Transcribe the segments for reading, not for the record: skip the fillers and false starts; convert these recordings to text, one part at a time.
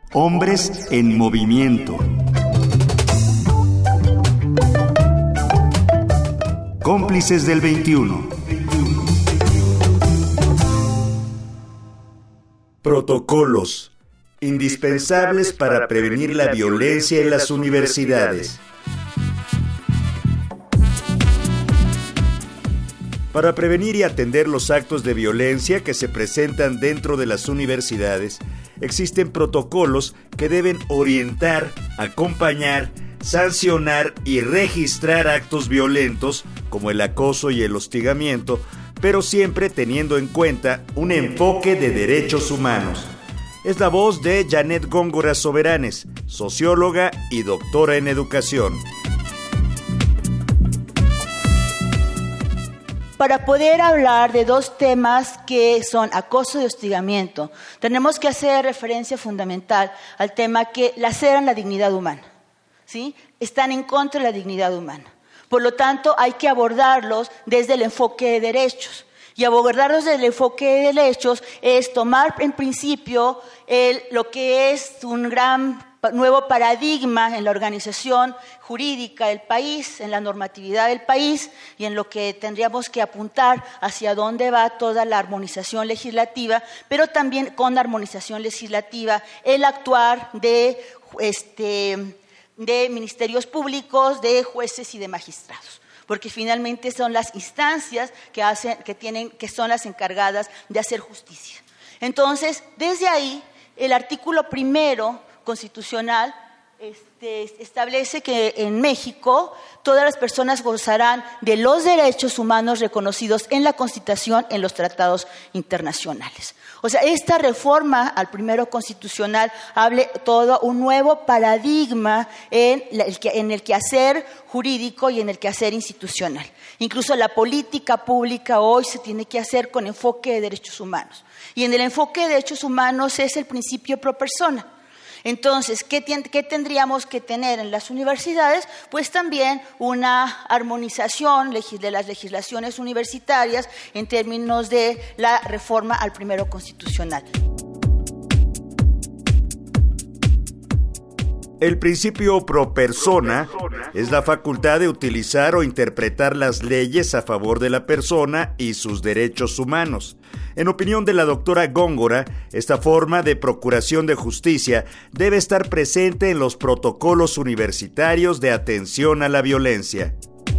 Hombres en movimiento. Cómplices del 21. Protocolos indispensables para prevenir la violencia en las universidades. Para prevenir y atender los actos de violencia que se presentan dentro de las universidades, existen protocolos que deben orientar, acompañar, sancionar y registrar actos violentos como el acoso y el hostigamiento, pero siempre teniendo en cuenta un enfoque de derechos humanos. Es la voz de Janet Góngora Soberanes, socióloga y doctora en educación. Para poder hablar de dos temas que son acoso y hostigamiento, tenemos que hacer referencia fundamental al tema que laceran la dignidad humana, ¿sí? Están en contra de la dignidad humana. Por lo tanto, hay que abordarlos desde el enfoque de derechos. Y abordarlos desde el enfoque de derechos es tomar en principio lo que es un gran nuevo paradigma en la organización jurídica del país, en la normatividad del país y en lo que tendríamos que apuntar hacia dónde va toda la armonización legislativa, pero también con la armonización legislativa el actuar de ministerios públicos, de jueces y de magistrados, porque finalmente son las instancias que son las encargadas de hacer justicia. Entonces, desde ahí, el artículo 1 constitucional establece que en México todas las personas gozarán de los derechos humanos reconocidos en la Constitución, en los tratados internacionales. O sea, esta reforma al 1 constitucional hable todo un nuevo paradigma en el quehacer jurídico y en el quehacer institucional. Incluso la política pública hoy se tiene que hacer con enfoque de derechos humanos. Y en el enfoque de derechos humanos es el principio pro persona. Entonces, ¿qué tendríamos que tener en las universidades? Pues también una armonización de las legislaciones universitarias en términos de la reforma al 1 constitucional. El principio pro persona es la facultad de utilizar o interpretar las leyes a favor de la persona y sus derechos humanos. En opinión de la doctora Góngora, esta forma de procuración de justicia debe estar presente en los protocolos universitarios de atención a la violencia.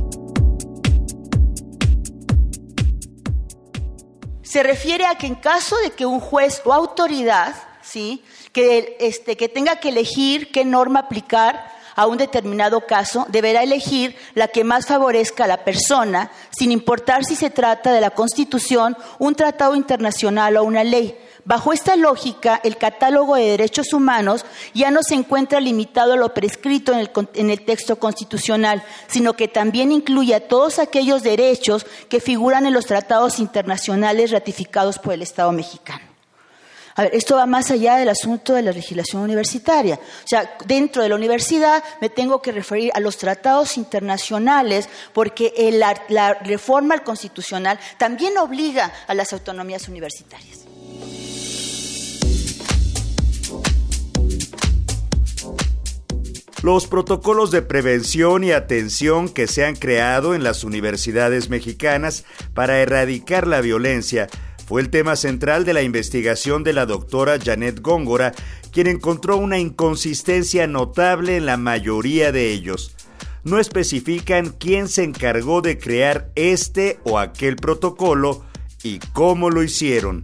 Se refiere a que en caso de que un juez o autoridad, ¿sí?, que tenga que elegir qué norma aplicar a un determinado caso, deberá elegir la que más favorezca a la persona, sin importar si se trata de la Constitución, un tratado internacional o una ley. Bajo esta lógica, el catálogo de derechos humanos ya no se encuentra limitado a lo prescrito en el texto constitucional, sino que también incluye a todos aquellos derechos que figuran en los tratados internacionales ratificados por el Estado mexicano. A ver, esto va más allá del asunto de la legislación universitaria. O sea, dentro de la universidad me tengo que referir a los tratados internacionales porque la reforma al constitucional también obliga a las autonomías universitarias. Los protocolos de prevención y atención que se han creado en las universidades mexicanas para erradicar la violencia fue el tema central de la investigación de la doctora Janet Góngora, quien encontró una inconsistencia notable en la mayoría de ellos. No especifican quién se encargó de crear este o aquel protocolo y cómo lo hicieron.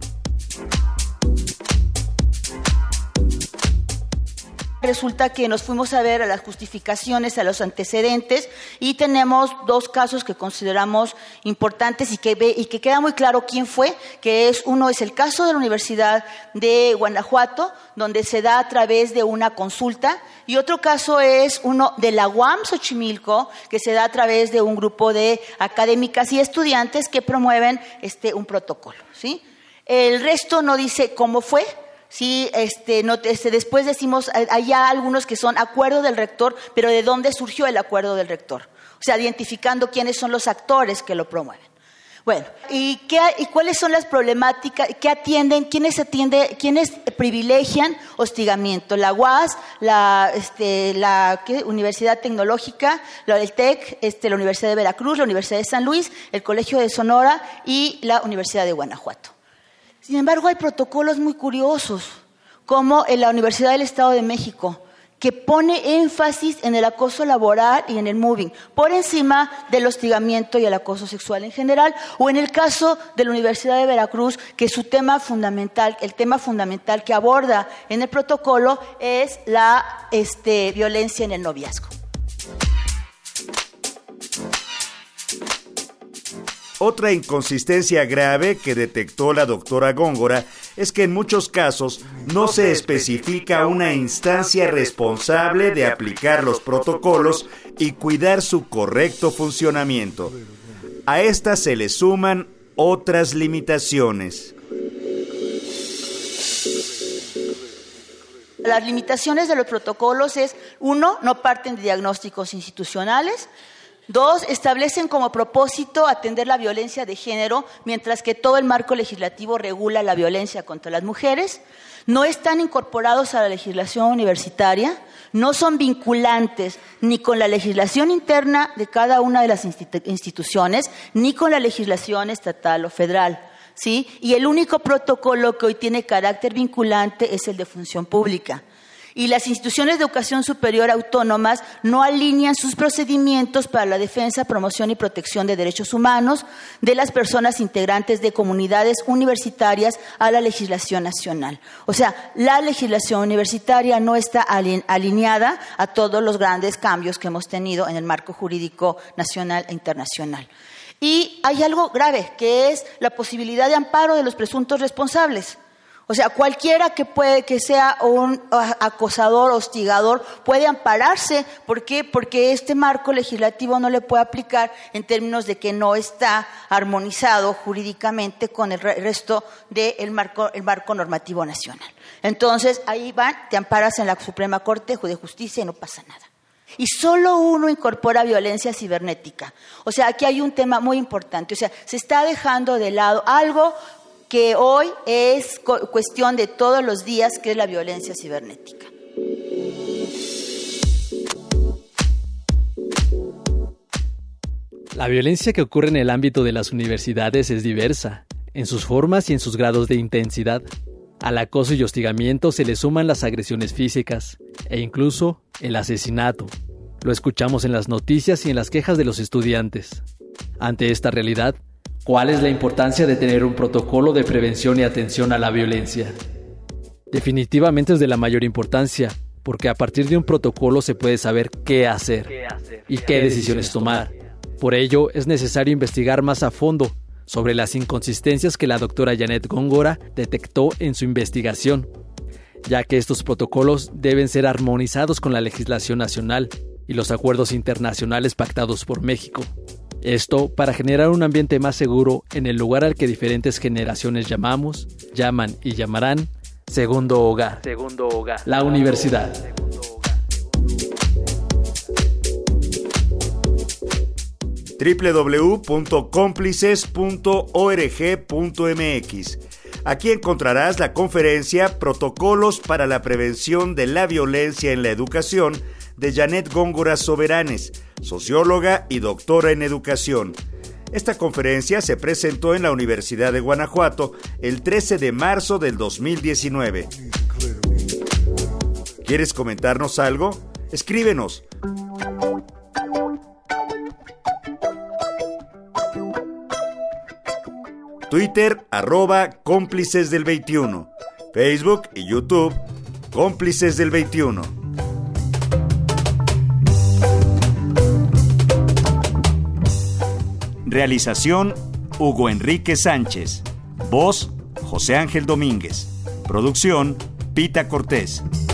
Resulta que nos fuimos a ver a las justificaciones, a los antecedentes, y tenemos dos casos que consideramos importantes y que queda muy claro quién fue, uno es el caso de la Universidad de Guanajuato, donde se da a través de una consulta, y otro caso es uno de la UAM Xochimilco, que se da a través de un grupo de académicas y estudiantes que promueven un protocolo, ¿sí? El resto no dice cómo fue. Sí, después decimos, hay algunos que son acuerdo del rector, pero ¿de dónde surgió el acuerdo del rector? O sea, identificando quiénes son los actores que lo promueven. Bueno, ¿y cuáles son las problemáticas? ¿Qué atienden? ¿Quiénes privilegian hostigamiento? La UAS, la Universidad Tecnológica, el TEC, la Universidad de Veracruz, la Universidad de San Luis, el Colegio de Sonora y la Universidad de Guanajuato. Sin embargo, hay protocolos muy curiosos, como en la Universidad del Estado de México, que pone énfasis en el acoso laboral y en el moving, por encima del hostigamiento y el acoso sexual en general, o en el caso de la Universidad de Veracruz, que el tema fundamental que aborda en el protocolo es la violencia en el noviazgo. Otra inconsistencia grave que detectó la doctora Góngora es que en muchos casos no se especifica una instancia responsable de aplicar los protocolos y cuidar su correcto funcionamiento. A estas se le suman otras limitaciones. Las limitaciones de los protocolos es, 1, no parten de diagnósticos institucionales. 2, establecen como propósito atender la violencia de género, mientras que todo el marco legislativo regula la violencia contra las mujeres. No están incorporados a la legislación universitaria, no son vinculantes ni con la legislación interna de cada una de las instituciones, ni con la legislación estatal o federal, ¿sí? Y el único protocolo que hoy tiene carácter vinculante es el de función pública. Y las instituciones de educación superior autónomas no alinean sus procedimientos para la defensa, promoción y protección de derechos humanos de las personas integrantes de comunidades universitarias a la legislación nacional. O sea, la legislación universitaria no está alineada a todos los grandes cambios que hemos tenido en el marco jurídico nacional e internacional. Y hay algo grave, que es la posibilidad de amparo de los presuntos responsables. O sea, cualquiera que sea un acosador, hostigador, puede ampararse. ¿Por qué? Porque este marco legislativo no le puede aplicar en términos de que no está armonizado jurídicamente con el resto del marco normativo nacional. Entonces, ahí te amparas en la Suprema Corte de Justicia y no pasa nada. Y solo uno incorpora violencia cibernética. O sea, aquí hay un tema muy importante. O sea, se está dejando de lado algo que hoy es cuestión de todos los días, que es la violencia cibernética. La violencia que ocurre en el ámbito de las universidades es diversa, en sus formas y en sus grados de intensidad. Al acoso y hostigamiento se le suman las agresiones físicas e incluso el asesinato. Lo escuchamos en las noticias y en las quejas de los estudiantes. Ante esta realidad, ¿cuál es la importancia de tener un protocolo de prevención y atención a la violencia? Definitivamente es de la mayor importancia, porque a partir de un protocolo se puede saber qué hacer y qué decisiones tomar. Por ello, es necesario investigar más a fondo sobre las inconsistencias que la doctora Janet Góngora detectó en su investigación, ya que estos protocolos deben ser armonizados con la legislación nacional y los acuerdos internacionales pactados por México. Esto para generar un ambiente más seguro en el lugar al que diferentes generaciones llaman y llamarán segundo hogar. La universidad. www.cómplices.org.mx. Aquí encontrarás la conferencia Protocolos para la Prevención de la Violencia en la Educación de Janet Góngora Soberanes, socióloga y doctora en educación. Esta conferencia se presentó en la Universidad de Guanajuato el 13 de marzo del 2019. ¿Quieres comentarnos algo? Escríbenos. Twitter, @cómplices del 21. Facebook y YouTube, Cómplices del 21. Realización, Hugo Enrique Sánchez. Voz, José Ángel Domínguez. Producción, Pita Cortés.